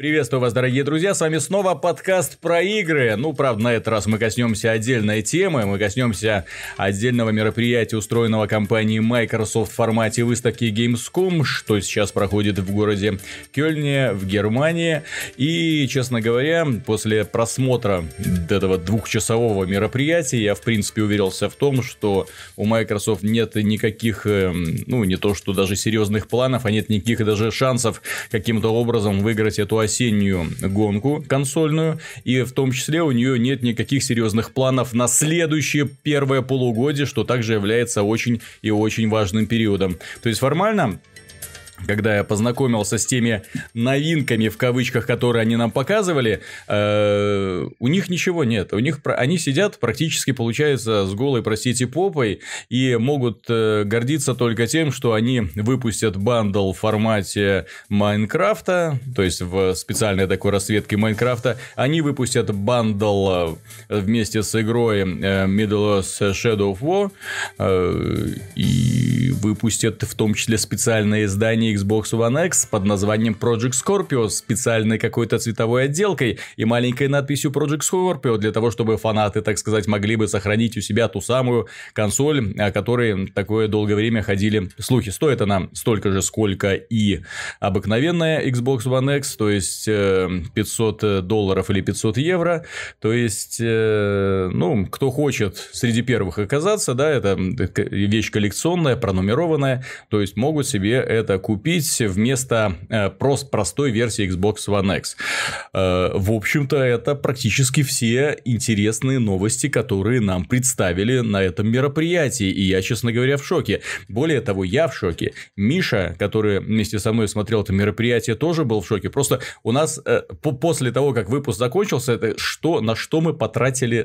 Приветствую вас, дорогие друзья, с вами снова подкаст про игры. Ну, правда, на этот раз мы коснемся отдельной темы, мы коснемся отдельного мероприятия, устроенного компанией Microsoft в формате выставки Gamescom, что сейчас проходит в городе Кёльне в Германии. И, честно говоря, после просмотра этого двухчасового мероприятия я, в принципе, уверился в том, что у Microsoft нет никаких, ну, не то что даже серьезных планов, а нет никаких даже шансов каким-то образом выиграть эту осеннюю гонку консольную, и в том числе у нее нет никаких серьезных планов на следующее первое полугодие, что также является очень и очень важным периодом. То есть формально, когда я познакомился с теми новинками, в кавычках, которые они нам показывали, у них ничего нет. Они сидят практически, получается, с голой, простите, попой, и могут гордиться только тем, что они выпустят бандл в формате Майнкрафта, то есть в специальной такой расцветке Майнкрафта. Они выпустят бандл вместе с игрой Middle Earth Shadow of War, и выпустят в том числе специальное издание Xbox One X под названием Project Scorpio с специальной какой-то цветовой отделкой и маленькой надписью Project Scorpio для того, чтобы фанаты, так сказать, могли бы сохранить у себя ту самую консоль, о которой такое долгое время ходили слухи. Стоит она столько же, сколько и обыкновенная Xbox One X, то есть $500 или 500 евро. То есть, ну, кто хочет среди первых оказаться, да, это вещь коллекционная, пронумерованная, то есть могут себе это купить вместо простой версии Xbox One X. В общем-то, это практически все интересные новости, которые нам представили на этом мероприятии. И я, честно говоря, в шоке. Более того, я в шоке. Миша, который вместе со мной смотрел это мероприятие, тоже был в шоке. Просто у нас после того, как выпуск закончился, это на что мы потратили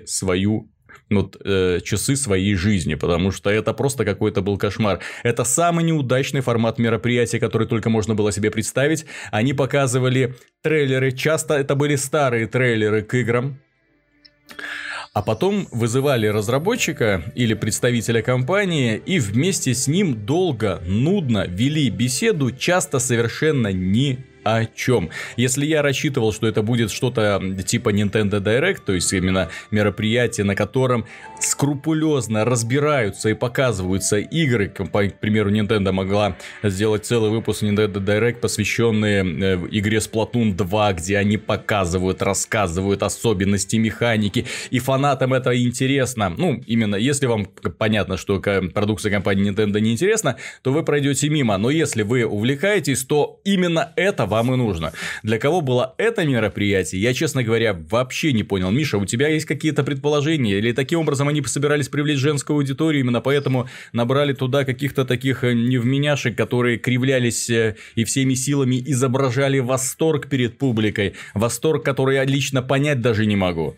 часы своей жизни, потому что это просто какой-то был кошмар. Это самый неудачный формат мероприятия, который только можно было себе представить. Они показывали трейлеры, часто это были старые трейлеры к играм, а потом вызывали разработчика или представителя компании и вместе с ним долго, нудно вели беседу, часто совершенно не о чем. Если я рассчитывал, что это будет что-то типа Nintendo Direct, то есть именно мероприятие, на котором скрупулезно разбираются и показываются игры, к примеру, Nintendo могла сделать целый выпуск Nintendo Direct, посвященный игре Splatoon 2, где они показывают, рассказывают особенности механики, и фанатам это интересно. Ну, именно, если вам понятно, что продукция компании Nintendo не интересна, то вы пройдете мимо, но если вы увлекаетесь, то именно это вам и нужно. Для кого было это мероприятие, я, честно говоря, вообще не понял. Миша, у тебя есть какие-то предположения? Или таким образом они собирались привлечь женскую аудиторию, именно поэтому набрали туда каких-то таких невменяшек, которые кривлялись и всеми силами изображали восторг перед публикой? Восторг, который я лично понять даже не могу.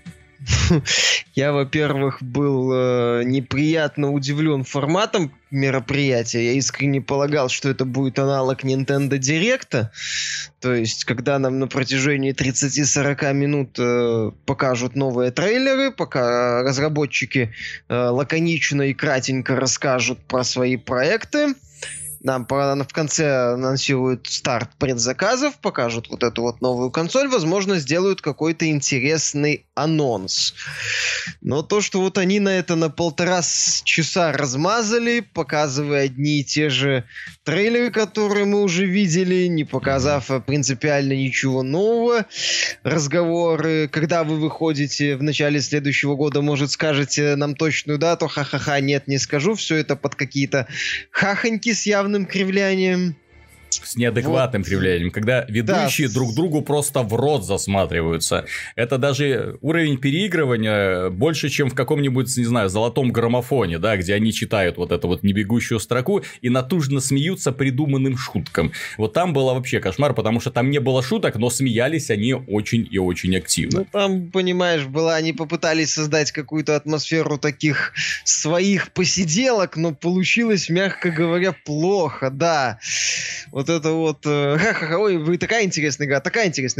Я, во-первых, был неприятно удивлен форматом мероприятия. Я искренне полагал, что это будет аналог Nintendo Direct. То есть, когда нам на протяжении 30-40 минут покажут новые трейлеры, пока разработчики лаконично и кратенько расскажут про свои проекты. Нам в конце анонсируют старт предзаказов, покажут вот эту вот новую консоль, возможно, сделают какой-то интересный анонс. Но то, что вот они на 1,5 часа размазали, показывая одни и те же трейлеры, которые мы уже видели, не показав принципиально ничего нового. Разговоры, когда вы выходите в начале следующего года, может, скажете нам точную дату, ха-ха-ха, нет, не скажу, все это под какие-то хахоньки с явным кривлянием. С неадекватным кривлянием, когда ведущие друг другу просто в рот засматриваются. Это даже уровень переигрывания больше, чем в каком-нибудь, не знаю, золотом граммофоне, да, где они читают вот эту вот небегущую строку и натужно смеются придуманным шуткам. Вот там было вообще кошмар, потому что там не было шуток, но смеялись они очень и очень активно. Ну, там, понимаешь, они попытались создать какую-то атмосферу таких своих посиделок, но получилось, мягко говоря, плохо, да. Вот это вот, ха-ха-ха, ой, вы такая интересная игра.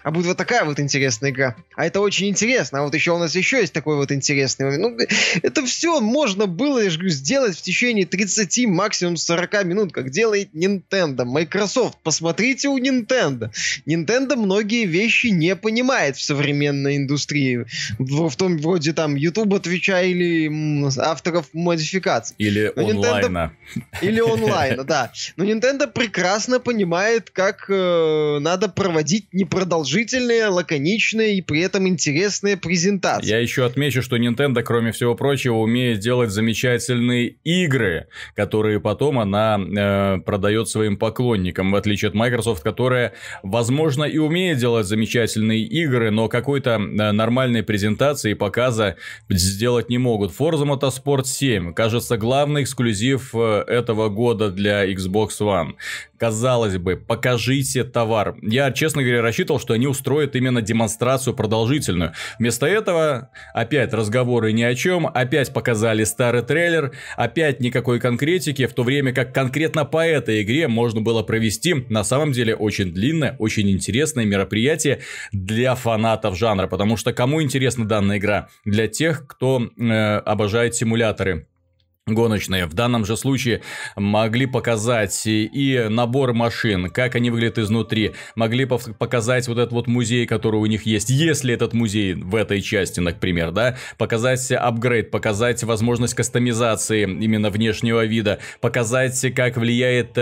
а будет вот такая вот интересная игра. А это очень интересно. А вот еще у нас еще есть такой вот интересный. Ну, это все можно было, я же говорю, сделать в течение 30, максимум 40 минут, как делает Nintendo. Microsoft, посмотрите у Nintendo. Nintendo многие вещи не понимает в современной индустрии. В том вроде там YouTube, Twitch или авторов модификаций. Или онлайна. Или онлайна, да. Но Nintendo прекрасно понимает, как надо проводить непродолжительные, лаконичные и при этом интересные презентации. Я еще отмечу, что Nintendo, кроме всего прочего, умеет делать замечательные игры, которые потом она продает своим поклонникам, в отличие от Microsoft, которая, возможно, и умеет делать замечательные игры, но какой-то нормальной презентации и показа сделать не могут. Forza Motorsport 7, кажется, главный эксклюзив этого года для Xbox One. Казалось бы, покажите товар. Я, честно говоря, рассчитывал, что они устроят именно демонстрацию продолжительную. Вместо этого опять разговоры ни о чем, опять показали старый трейлер, опять никакой конкретики, в то время как конкретно по этой игре можно было провести на самом деле очень длинное, очень интересное мероприятие для фанатов жанра. Потому что кому интересна данная игра? Для тех, кто обожает симуляторы гоночные. В данном же случае могли показать и набор машин, как они выглядят изнутри. Могли показать вот этот вот музей, который у них есть, если этот музей в этой части, например, да. Показать апгрейд, показать возможность кастомизации именно внешнего вида. Показать, как влияет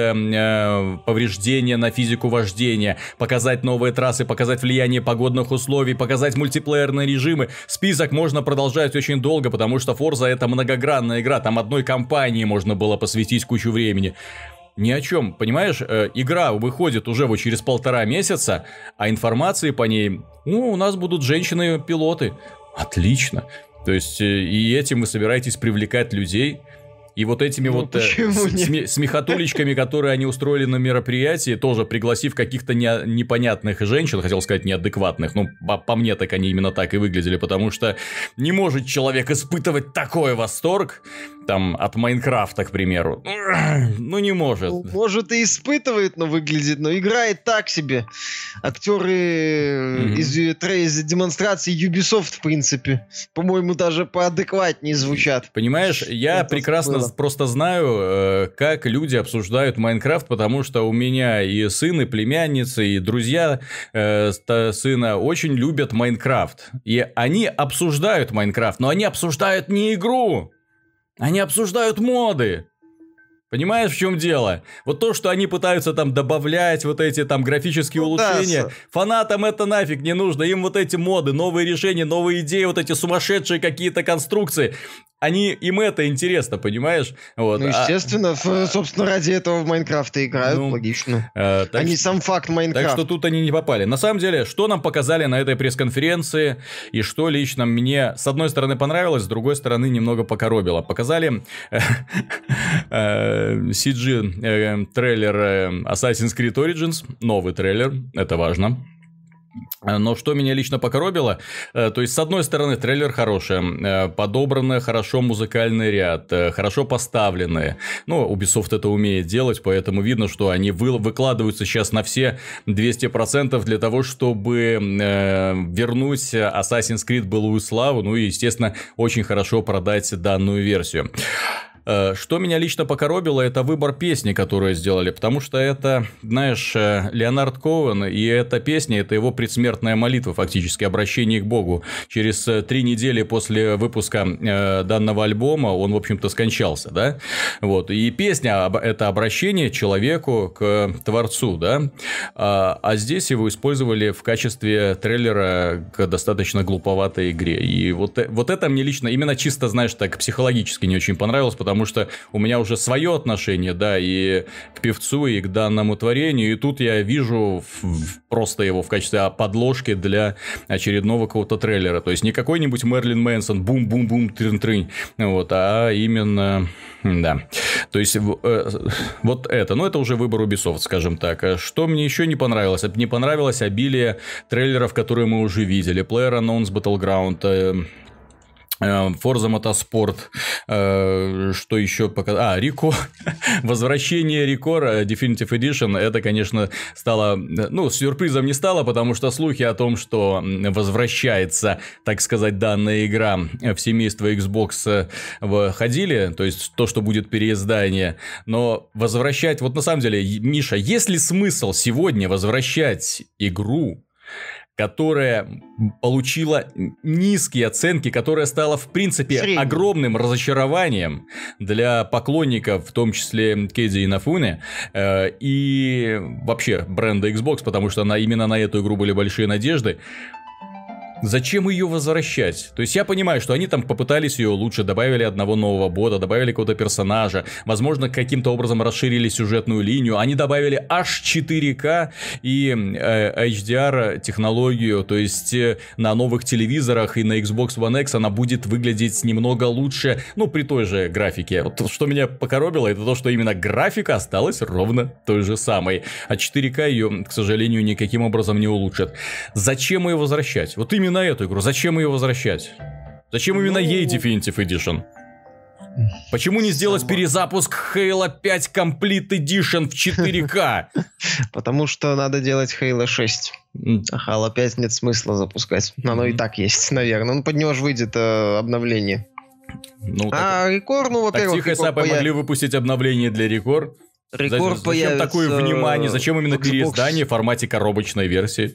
повреждение на физику вождения. Показать новые трассы, показать влияние погодных условий, показать мультиплеерные режимы. Список можно продолжать очень долго, потому что Forza это многогранная игра. Там одной компании можно было посвятить кучу времени. Ни о чем, понимаешь? Игра выходит уже вот через 1,5 месяца, а информации по ней... у нас будут женщины-пилоты. Отлично. То есть, и этим вы собираетесь привлекать людей... И вот этими смехотулечками, которые они устроили на мероприятии, тоже пригласив каких-то непонятных женщин, хотел сказать неадекватных, но по мне так они именно так и выглядели, потому что не может человек испытывать такой восторг, там, от Майнкрафта, к примеру. Ну, не может. Может и испытывает, но выглядит, но играет так себе. Актеры из демонстрации Ubisoft, в принципе, по-моему, даже поадекватнее звучат. Понимаешь, я прекрасно просто знаю, как люди обсуждают Майнкрафт, потому что у меня и сын, и племянница, и друзья сына очень любят Майнкрафт. И они обсуждают Майнкрафт, но они обсуждают не игру, они обсуждают моды. Понимаешь, в чем дело? Вот то, что они пытаются там добавлять вот эти там графические улучшения, фанатам это нафиг не нужно. Им вот эти моды, новые решения, новые идеи, вот эти сумасшедшие какие-то конструкции. Им это интересно, понимаешь? Вот. Ну, естественно, собственно, ради этого в Майнкрафт играют, логично. Не сам факт Майнкрафта. Так что тут они не попали. На самом деле, что нам показали на этой пресс-конференции, и что лично мне, с одной стороны, понравилось, с другой стороны, немного покоробило. Показали CG-трейлер Assassin's Creed Origins, новый трейлер, это важно. Но что меня лично покоробило, то есть, с одной стороны, трейлер хороший, подобранный хорошо музыкальный ряд, хорошо поставленный. Ну, Ubisoft это умеет делать, поэтому видно, что они выкладываются сейчас на все 200% для того, чтобы вернуть Assassin's Creed былую славу, ну и, естественно, очень хорошо продать данную версию. Что меня лично покоробило, это выбор песни, которую сделали, потому что это, знаешь, Леонард Коэн, и эта песня, это его предсмертная молитва, фактически, обращение к Богу. Через 3 недели после выпуска данного альбома он, в общем-то, скончался, да, вот, и песня – это обращение человеку к Творцу, да, а здесь его использовали в качестве трейлера к достаточно глуповатой игре, и вот это мне лично, именно чисто, знаешь, так психологически не очень понравилось, потому что у меня уже свое отношение, да, и к певцу, и к данному творению, и тут я вижу просто его в качестве подложки для очередного какого-то трейлера, то есть не какой-нибудь Мерлин Мэнсон, бум-бум-бум, трын-трынь, вот, а именно, да, то есть вот это, ну, это уже выбор Ubisoft, скажем так. Что мне еще не понравилось? Не понравилось обилие трейлеров, которые мы уже видели, PlayerUnknown's Battleground, Forza Motorsport, что еще показать? Рикор. Возвращение Рикор Definitive Edition, это, конечно, стало, сюрпризом не стало, потому что слухи о том, что возвращается, так сказать, данная игра в семейство Xbox ходили, то есть то, что будет переиздание, но возвращать, вот на самом деле, Миша, есть ли смысл сегодня возвращать игру, которая получила низкие оценки, которая стала, в принципе, огромным разочарованием для поклонников, в том числе Кейди Инафуне, и вообще бренда Xbox, потому что именно на эту игру были большие надежды. Зачем ее возвращать? То есть я понимаю, что они там попытались ее лучше, добавили одного нового бота, добавили какого-то персонажа, возможно, каким-то образом расширили сюжетную линию, они добавили аж 4К и HDR технологию, то есть на новых телевизорах и на Xbox One X она будет выглядеть немного лучше, при той же графике. Вот что меня покоробило, это то, что именно графика осталась ровно той же самой, а 4К ее, к сожалению, никаким образом не улучшит. Зачем ее возвращать? Вот именно эту игру. Зачем ее возвращать? Зачем именно ей Definitive Edition? Почему не сделать перезапуск Halo 5 Complete Edition в 4К? Потому что надо делать Halo 6. А Halo 5 нет смысла запускать. Оно и так есть, наверное. Под него же выйдет обновление. Рекор, во-первых... Так тихо сапы могли выпустить обновление для Рекор. Зачем такое внимание? Зачем именно переиздание в формате коробочной версии?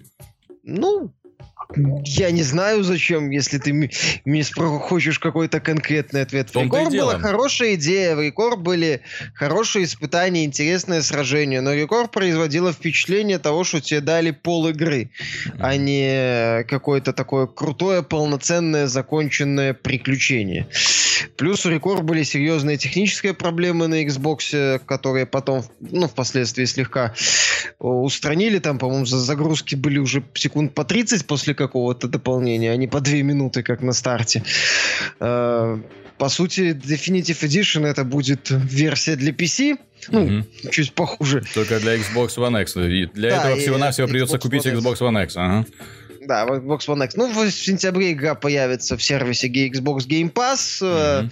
Я не знаю, зачем, если ты мне хочешь какой-то конкретный ответ. В Рекор была хорошая идея, в Рекор были хорошие испытания, интересное сражение, но Рекор производило впечатление того, что тебе дали пол игры, а не какое-то такое крутое, полноценное, законченное приключение. Плюс у Рекор были серьезные технические проблемы на Xbox, которые потом, впоследствии слегка устранили. Там, по-моему, загрузки были уже секунд по 30 после какого-то дополнения, а не по 2 минуты, как на старте. По сути, Definitive Edition это будет версия для PC. Чуть похуже. Только для Xbox One X. Для этого всего-навсего придется купить Xbox One X. Да, Xbox One X. В сентябре игра появится в сервисе Xbox Game Pass.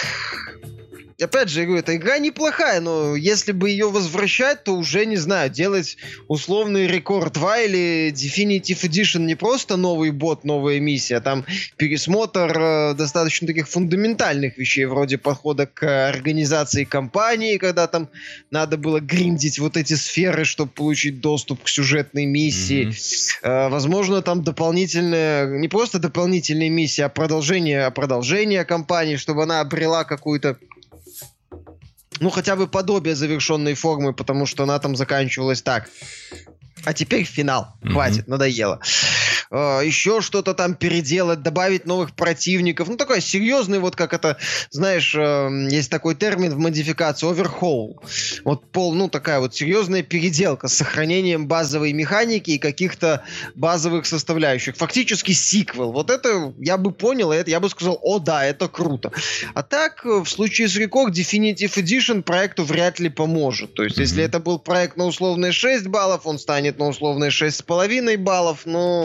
Опять же, я говорю, эта игра неплохая, но если бы ее возвращать, то уже, не знаю, делать условный Рекорд 2 или Definitive Edition не просто новый бот, новая миссия, а там пересмотр достаточно таких фундаментальных вещей, вроде подхода к организации компании, когда там надо было гриндить вот эти сферы, чтобы получить доступ к сюжетной миссии. Возможно, там дополнительная, не просто дополнительная миссия, а продолжение кампании, чтобы она обрела какую-то хотя бы подобие завершенной формы, потому что она там заканчивалась так. А теперь финал. Хватит, надоело. Еще что-то там переделать, добавить новых противников. Такой серьезный, вот как это, знаешь, есть такой термин в модификации, overhaul. Такая вот серьезная переделка с сохранением базовой механики и каких-то базовых составляющих. Фактически сиквел. Вот это я бы понял, это я бы сказал, да, это круто. А так, в случае с Рекор, Definitive Edition проекту вряд ли поможет. То есть, если это был проект на условные 6 баллов, он станет на условные 6,5 баллов,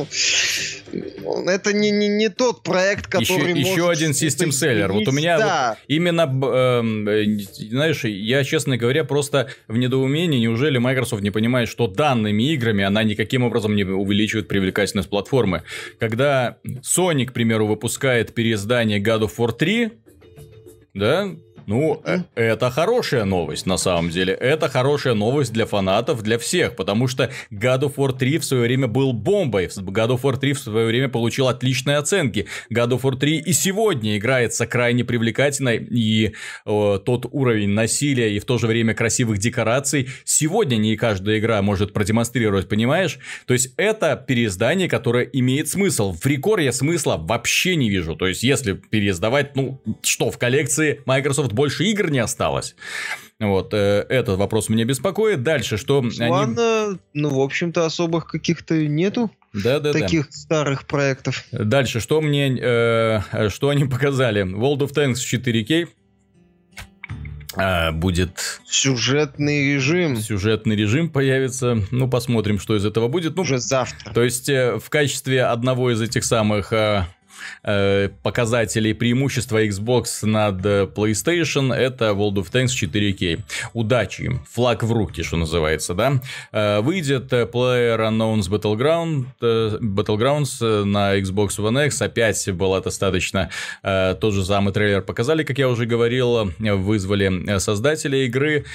это не тот проект, который может... Еще один систем-селлер. Вот у меня именно, знаешь, я, честно говоря, просто в недоумении, неужели Microsoft не понимает, что данными играми она никаким образом не увеличивает привлекательность платформы. Когда Sony, к примеру, выпускает переиздание God of War 3, да... это хорошая новость, на самом деле. Это хорошая новость для фанатов, для всех. Потому что God of War 3 в свое время был бомбой. God of War 3 в свое время получил отличные оценки. God of War 3 и сегодня играется крайне привлекательно. И тот уровень насилия и в то же время красивых декораций сегодня не каждая игра может продемонстрировать, понимаешь? То есть, это переиздание, которое имеет смысл. В Рекор я смысла вообще не вижу. То есть, если переиздавать, в коллекции Microsoft больше игр не осталось. Вот, этот вопрос меня беспокоит. Дальше, что Ладно, в общем-то, особых каких-то нету. Таких старых проектов. Дальше, что они показали? World of Tanks 4K. Будет... Сюжетный режим появится. Посмотрим, что из этого будет. Уже завтра. То есть, в качестве одного из этих самых... показателей преимущества Xbox над PlayStation — это World of Tanks 4K. Удачи им, флаг в руки, что называется, да? Выйдет PlayerUnknown's Battlegrounds на Xbox One X. Опять была достаточно тот же самый трейлер показали, как я уже говорил, вызвали создателя игры,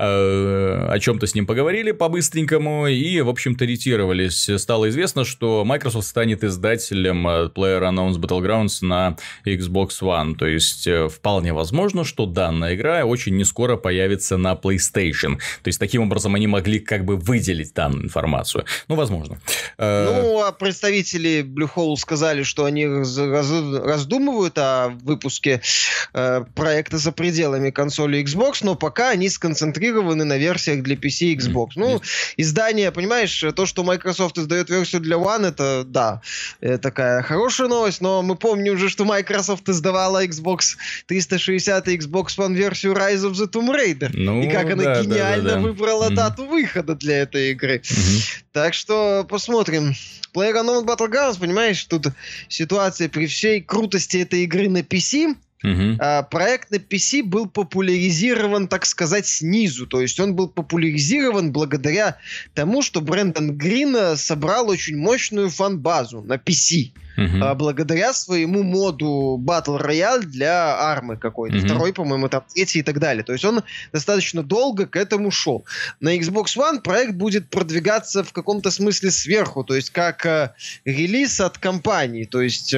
о чем-то с ним поговорили по-быстренькому и, в общем-то, ретировались. Стало известно, что Microsoft станет издателем PlayerUnknown's Battlegrounds на Xbox One. То есть, вполне возможно, что данная игра очень нескоро появится на PlayStation. То есть, таким образом, они могли как бы выделить данную информацию. Ну, возможно. Ну, а представители Blue Hole сказали, что они раздумывают о выпуске проекта за пределами консоли Xbox, но пока они сконцентрированы на версиях для PC и Xbox. Ну, издание, понимаешь, то, что Microsoft издает версию для One, это, да, такая хорошая новость, но мы помним уже, что Microsoft издавала Xbox 360 и Xbox One версию Rise of the Tomb Raider. Ну, и как она гениально выбрала дату выхода для этой игры. Так что посмотрим. PlayerUnknown's Battlegrounds, понимаешь, тут ситуация при всей крутости этой игры на PC. Проект на PC был популяризирован, так сказать, снизу. То есть он был популяризирован благодаря тому, что Брэндон Грин собрал очень мощную фан-базу на PC. Благодаря своему моду Battle Royale для армы какой-то. Второй, по-моему, там третий и так далее. То есть он достаточно долго к этому шел. На Xbox One проект будет продвигаться в каком-то смысле сверху. То есть как релиз от компании. То есть...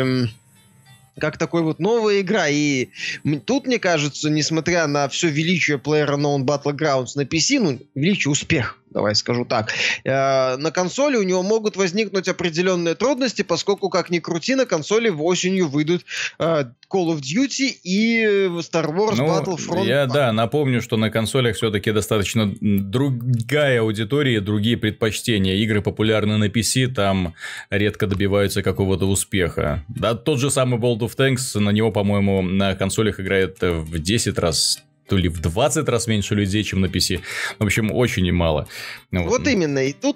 как такой вот новая игра. И тут, мне кажется, несмотря на все величие PlayerUnknown's Battlegrounds на PC, ну, величие, успех, давай скажу так, на консоли у него могут возникнуть определенные трудности, поскольку, как ни крути, на консоли осенью выйдут Call of Duty и Star Wars Battlefront. Я, да, напомню, что на консолях все-таки достаточно другая аудитория, другие предпочтения. Игры популярны на PC, там редко добиваются какого-то успеха. Да, тот же самый World of Tanks, на него, по-моему, на консолях играет в 10 раз, то ли в 20 раз меньше людей, чем на PC. В общем, очень мало. Вот именно. И тут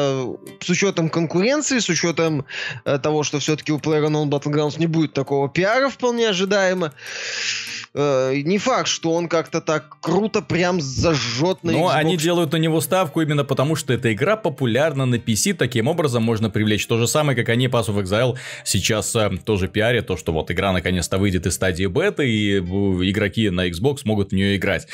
с учетом конкуренции, с учетом того, что все-таки у PlayerUnknown's Battlegrounds не будет такого пиара вполне ожидаемо, не факт, что он как-то так круто прям зажжет на Xbox. Но они делают на него ставку именно потому, что эта игра популярна на PC. Таким образом можно привлечь. То же самое, как они Path of Exile сейчас тоже пиарят. То, что вот игра наконец-то выйдет из стадии бета, и игроки на Xbox могут в нее играть.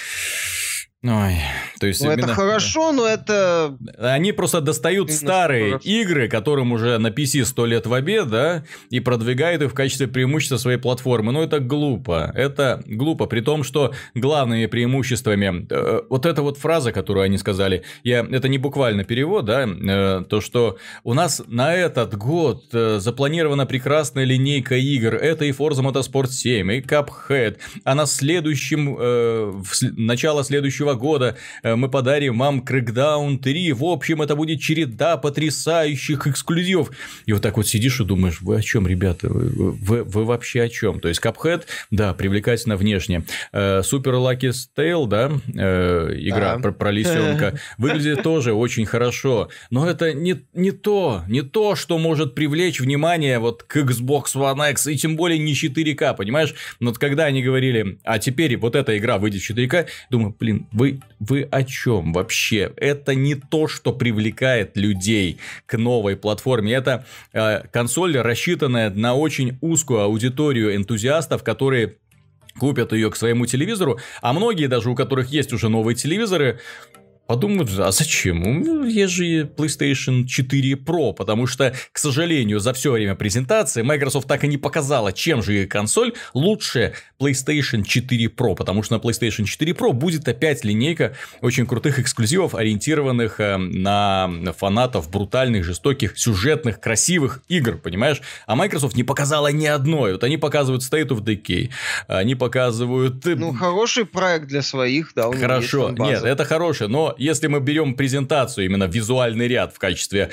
Ой, то есть ну, именно... это хорошо, но это... Они просто достают старые игры, которым уже на PC 100 лет в обед, да, и продвигают их в качестве преимущества своей платформы. Но это глупо. Это глупо, при том, что главными преимуществами... вот эта вот фраза, которую они сказали, это не буквально перевод, да, то, что у нас на этот год запланирована прекрасная линейка игр. Это и Forza Motorsport 7, и Cuphead. А на следующем... начало следующего года мы подарим вам Crackdown 3. В общем, это будет череда потрясающих эксклюзивов. И вот так вот сидишь и думаешь, вы о чем, ребята? Вы вообще о чем? То есть, Cuphead, да, привлекательно внешне. Super Lucky Tale, да, игра про лисенка, выглядит тоже очень хорошо. Но это не то, что может привлечь внимание вот к Xbox One X, и тем более не 4К, понимаешь? Но вот когда они говорили, а теперь вот эта игра выйдет в 4К, думаю, блин, вы о чем вообще? Это не то, что привлекает людей к новой платформе. Это консоль, рассчитанная на очень узкую аудиторию энтузиастов, которые купят ее к своему телевизору, а многие даже, у которых есть уже новые телевизоры, подумают, а зачем? Есть же PlayStation 4 Pro, потому что, к сожалению, за все время презентации Microsoft так и не показала, чем же ее консоль лучше PlayStation 4 Pro, потому что на PlayStation 4 Pro будет опять линейка очень крутых эксклюзивов, ориентированных на фанатов брутальных, жестоких, сюжетных, красивых игр, понимаешь? А Microsoft не показала ни одной. Вот они показывают State of Decay, они показывают... Ну, хороший проект для своих, да. Хорошо, нет, это хороший, но если мы берем презентацию, именно визуальный ряд в качестве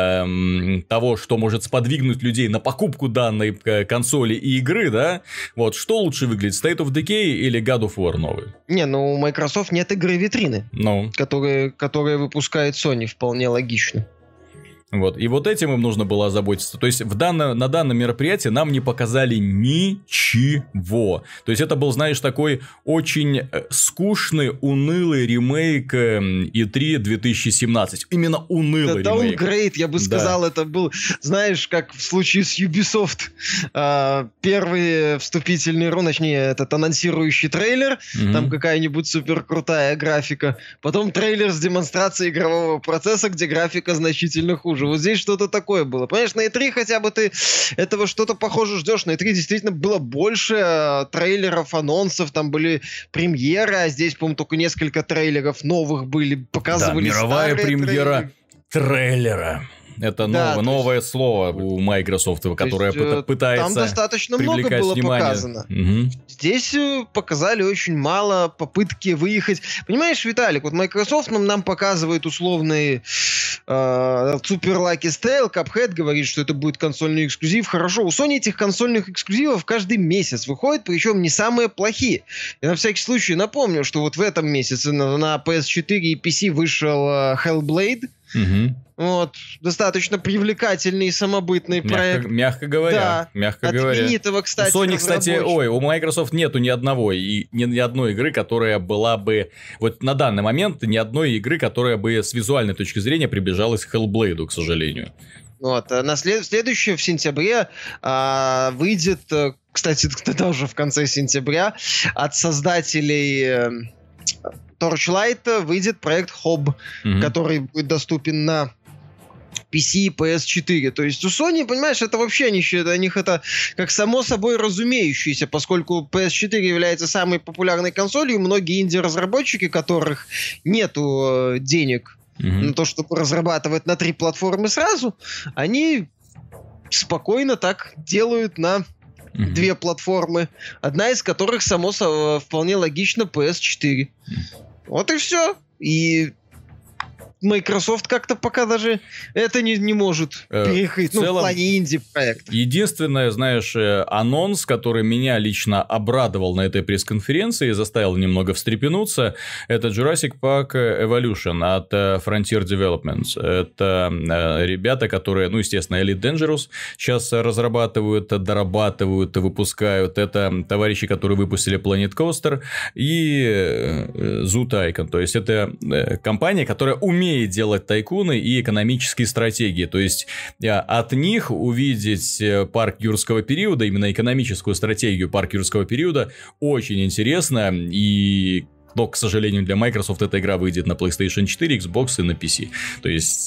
того, что может сподвигнуть людей на покупку данной консоли и игры, да, вот, что лучше выглядит, State of Decay или God of War новый? Не, ну у Microsoft нет игры-витрины, которая выпускает Sony, вполне логично. Вот. И вот этим им нужно было озаботиться. То есть на данном мероприятии нам не показали ничего. То есть это был, знаешь, такой очень скучный, унылый ремейк E3 2017. Именно унылый ремейк. Downgrade, я бы сказал, это был, знаешь, как в случае с Ubisoft. Первый вступительный ролик, точнее, этот анонсирующий трейлер, там какая-нибудь супер крутая графика. Потом трейлер с демонстрацией игрового процесса, где графика значительно хуже. Вот здесь что-то такое было. Понимаешь, на E3 хотя бы ты этого что-то похоже ждешь. На E3 действительно было больше трейлеров, анонсов, там были премьеры, а здесь, по-моему, только несколько трейлеров новых были, показывали мировая премьера трейлера. Это новое есть... слово у Microsoft, которое пытается там достаточно много было внимание. Показано. Здесь показали очень мало попытки выехать. Понимаешь, Виталик, вот Microsoft нам показывает условный Super Lucky Tale, Cuphead говорит, что это будет консольный эксклюзив. Хорошо, у Sony этих консольных эксклюзивов каждый месяц выходит, причем не самые плохие. Я на всякий случай напомню, что вот в этом месяце на PS4 и PC вышел Hellblade. Вот, достаточно привлекательный и самобытный проект. Мягко говоря. От именитого, кстати, у Sony, кстати, у Microsoft нету ни одной игры, которая была бы... Вот на данный момент ни одной игры, которая бы с визуальной точки зрения приближалась к Hellblade, к сожалению. Вот, следующее в сентябре выйдет, кстати, тоже в конце сентября, от создателей... Torchlight выйдет проект Hob, который будет доступен на PC и PS4. То есть у Sony, понимаешь, это вообще у них это как само собой разумеющееся, поскольку PS4 является самой популярной консолью, многие инди-разработчики, которых нету денег на то, чтобы разрабатывать на 3 платформы сразу, они спокойно так делают на 2 платформы, одна из которых, само собой, вполне логично PS4. Вот и все. И Microsoft как-то пока даже это не может перекрыть, в плане инди-проекта. Единственное, знаешь, анонс, который меня лично обрадовал на этой пресс-конференции и заставил немного встрепенуться, это Jurassic Park Evolution от Frontier Developments. Это ребята, которые, естественно, Elite Dangerous сейчас разрабатывают, дорабатывают, выпускают. Это товарищи, которые выпустили Planet Coaster и Zoo Tycoon. То есть, это компания, которая умеет делать тайкуны и экономические стратегии. То есть, от них увидеть парк юрского периода, именно экономическую стратегию парка юрского периода, очень интересно. И... Но, к сожалению, для Microsoft эта игра выйдет на PlayStation 4, Xbox и на PC. То есть,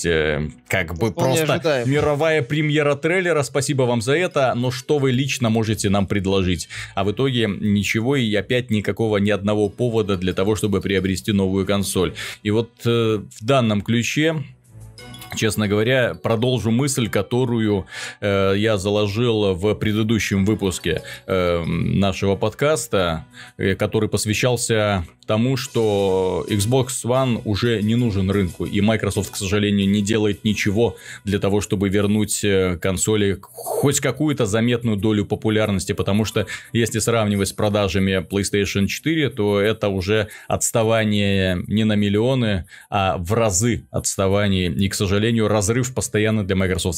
просто ожидаем. Мировая премьера трейлера, спасибо вам за это, но что вы лично можете нам предложить? А в итоге ничего и опять ни одного повода для того, чтобы приобрести новую консоль. И вот в данном ключе... Честно говоря, продолжу мысль, которую я заложил в предыдущем выпуске нашего подкаста, который посвящался тому, что Xbox One уже не нужен рынку, и Microsoft, к сожалению, не делает ничего для того, чтобы вернуть консоли хоть какую-то заметную долю популярности, потому что если сравнивать с продажами PlayStation 4, то это уже отставание не на миллионы, а в разы отставание, и, к сожалению, разрыв постоянно для Microsoft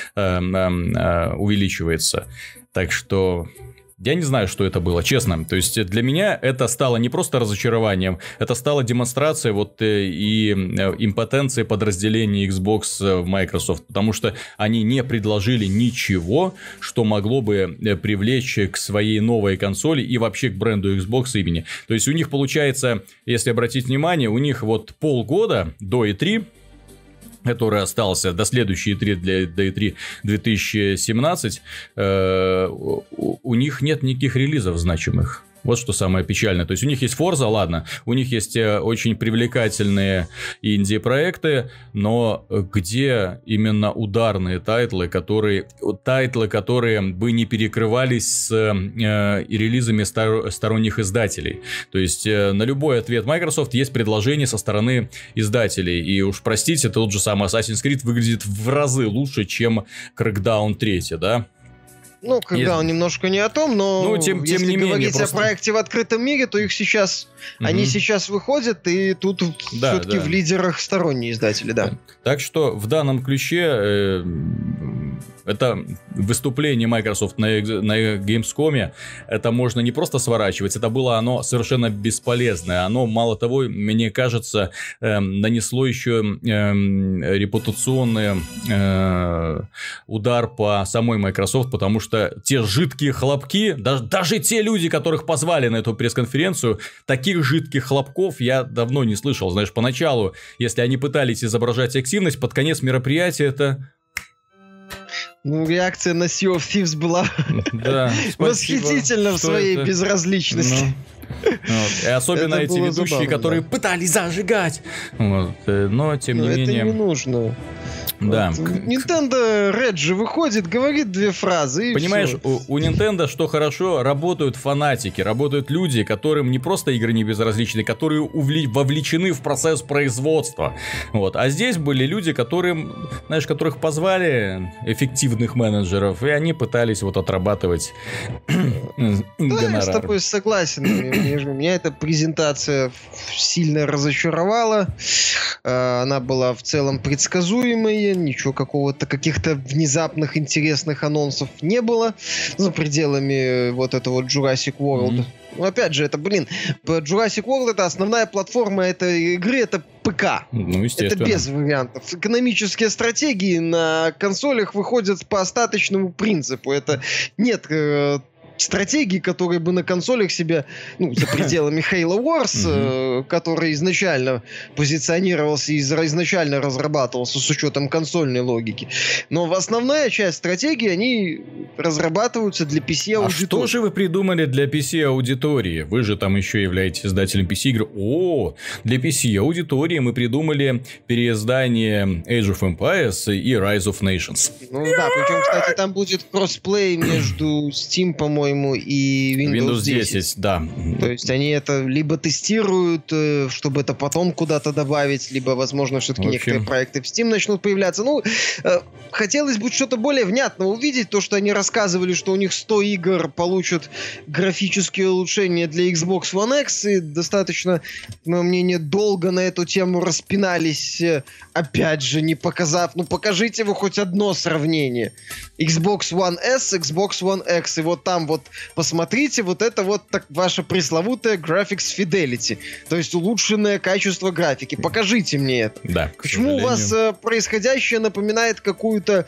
увеличивается. Так что... Я не знаю, что это было, честно. То есть, для меня это стало не просто разочарованием, это стало демонстрацией и импотенцией подразделения Xbox в Microsoft. Потому что они не предложили ничего, что могло бы привлечь к своей новой консоли и вообще к бренду Xbox имени. То есть, у них получается, если обратить внимание, у них вот полгода до E3, который остался до следующей E3, до E3 2017, у них нет никаких релизов значимых. Вот что самое печальное. То есть, у них есть Forza, ладно, у них есть очень привлекательные инди-проекты, но где именно ударные тайтлы, которые бы не перекрывались с релизами сторонних издателей. То есть, на любой ответ Microsoft есть предложение со стороны издателей. И уж простите, тот же самый Assassin's Creed выглядит в разы лучше, чем Crackdown 3, да? Ну, когда он немножко не о том, но тем если не говорить менее, просто... о проекте в открытом мире, то их сейчас, они сейчас выходят, и тут все-таки в лидерах сторонние издатели, да. Так что в данном ключе это выступление Microsoft на Gamescom, это можно не просто сворачивать, это было оно совершенно бесполезное. Оно, мало того, мне кажется, нанесло еще репутационный удар по самой Microsoft, потому что те жидкие хлопки, даже те люди, которых позвали на эту пресс-конференцию, таких жидких хлопков я давно не слышал. Знаешь, поначалу, если они пытались изображать активность, под конец мероприятия это... Ну, реакция на Sea of Thieves была восхитительна в своей безразличности. И особенно эти ведущие, которые пытались зажигать. Но, тем не менее... Это не нужно. Да. Nintendo Red же выходит, говорит две фразы. И понимаешь, все. у Nintendo, что хорошо, работают фанатики, работают люди, которым не просто игры не безразличны, которые вовлечены в процесс производства. Вот. А здесь были люди, которым, знаешь, которых позвали эффективных менеджеров, и они пытались вот отрабатывать гонорар. Я с тобой согласен. Меня эта презентация сильно разочаровала. Она была в целом предсказуемой. Ничего каких-то внезапных интересных анонсов не было за пределами вот этого Jurassic World. Ну, опять же, это, Jurassic World — это основная платформа этой игры, это ПК. Ну, естественно. Это без вариантов. Экономические стратегии на консолях выходят по остаточному принципу. Это нет стратегии, которые бы на консолях себя, за пределами Halo Wars, который изначально позиционировался и изначально разрабатывался с учетом консольной логики. Но основная часть стратегии, они разрабатываются для PC-аудитории. А что же вы придумали для PC-аудитории? Вы же там еще являетесь издателем PC-игр. Для PC-аудитории мы придумали переиздание Age of Empires и Rise of Nations. Да, причем, кстати, там будет кроссплей между Steam, по-моему, и Windows 10. Да. То есть они это либо тестируют, чтобы это потом куда-то добавить, либо, возможно, все-таки некоторые проекты в Steam начнут появляться. Хотелось бы что-то более внятно увидеть. То, что они рассказывали, что у них 100 игр получат графические улучшения для Xbox One X, и достаточно, на мое мнение, долго на эту тему распинались, опять же, не показав. Покажите вы хоть одно сравнение. Xbox One S, Xbox One X, и вот там вот посмотрите, вот это вот так ваша пресловутая Graphics Fidelity, то есть улучшенное качество графики. Покажите мне это. Да, почему у вас происходящее напоминает какую-то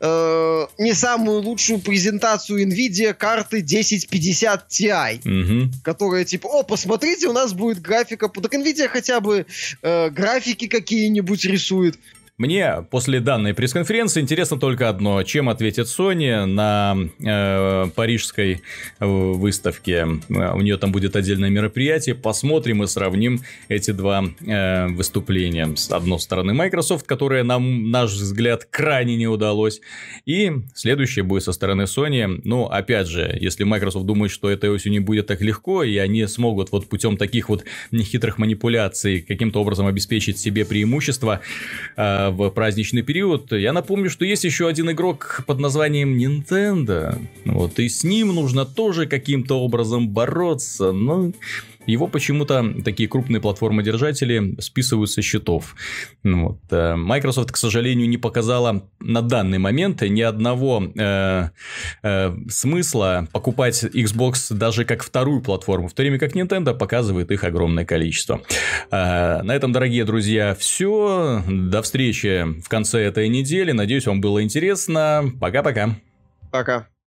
не самую лучшую презентацию NVIDIA карты 1050 Ti, которая типа, посмотрите, у нас будет графика. Так NVIDIA хотя бы графики какие-нибудь рисует. Мне после данной пресс-конференции интересно только одно. Чем ответит Sony на парижской выставке. У нее там будет отдельное мероприятие. Посмотрим и сравним эти два выступления. С одной стороны Microsoft, которая, на наш взгляд, крайне не удалось. И следующее будет со стороны Sony. Опять же, если Microsoft думает, что этой осенью будет так легко, и они смогут вот путем таких вот нехитрых манипуляций каким-то образом обеспечить себе преимущество в праздничный период. Я напомню, что есть еще один игрок под названием Nintendo. И с ним нужно тоже каким-то образом бороться. Но его почему-то такие крупные платформодержатели списывают со счетов. Microsoft, к сожалению, не показала на данный момент ни одного смысла покупать Xbox даже как вторую платформу, в то время как Nintendo показывает их огромное количество. На этом, дорогие друзья, все. До встречи в конце этой недели. Надеюсь, вам было интересно. Пока-пока. Пока.